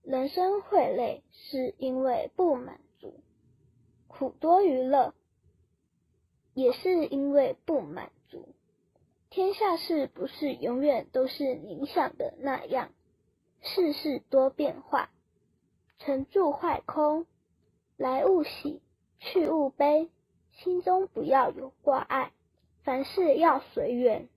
人生会累，是因为不满足；苦多于乐，也是因为不满足。天下事不是永远都是您想的那样，世事多变化。成住坏空，来勿喜，去勿悲，心中不要有挂碍，凡事要随缘。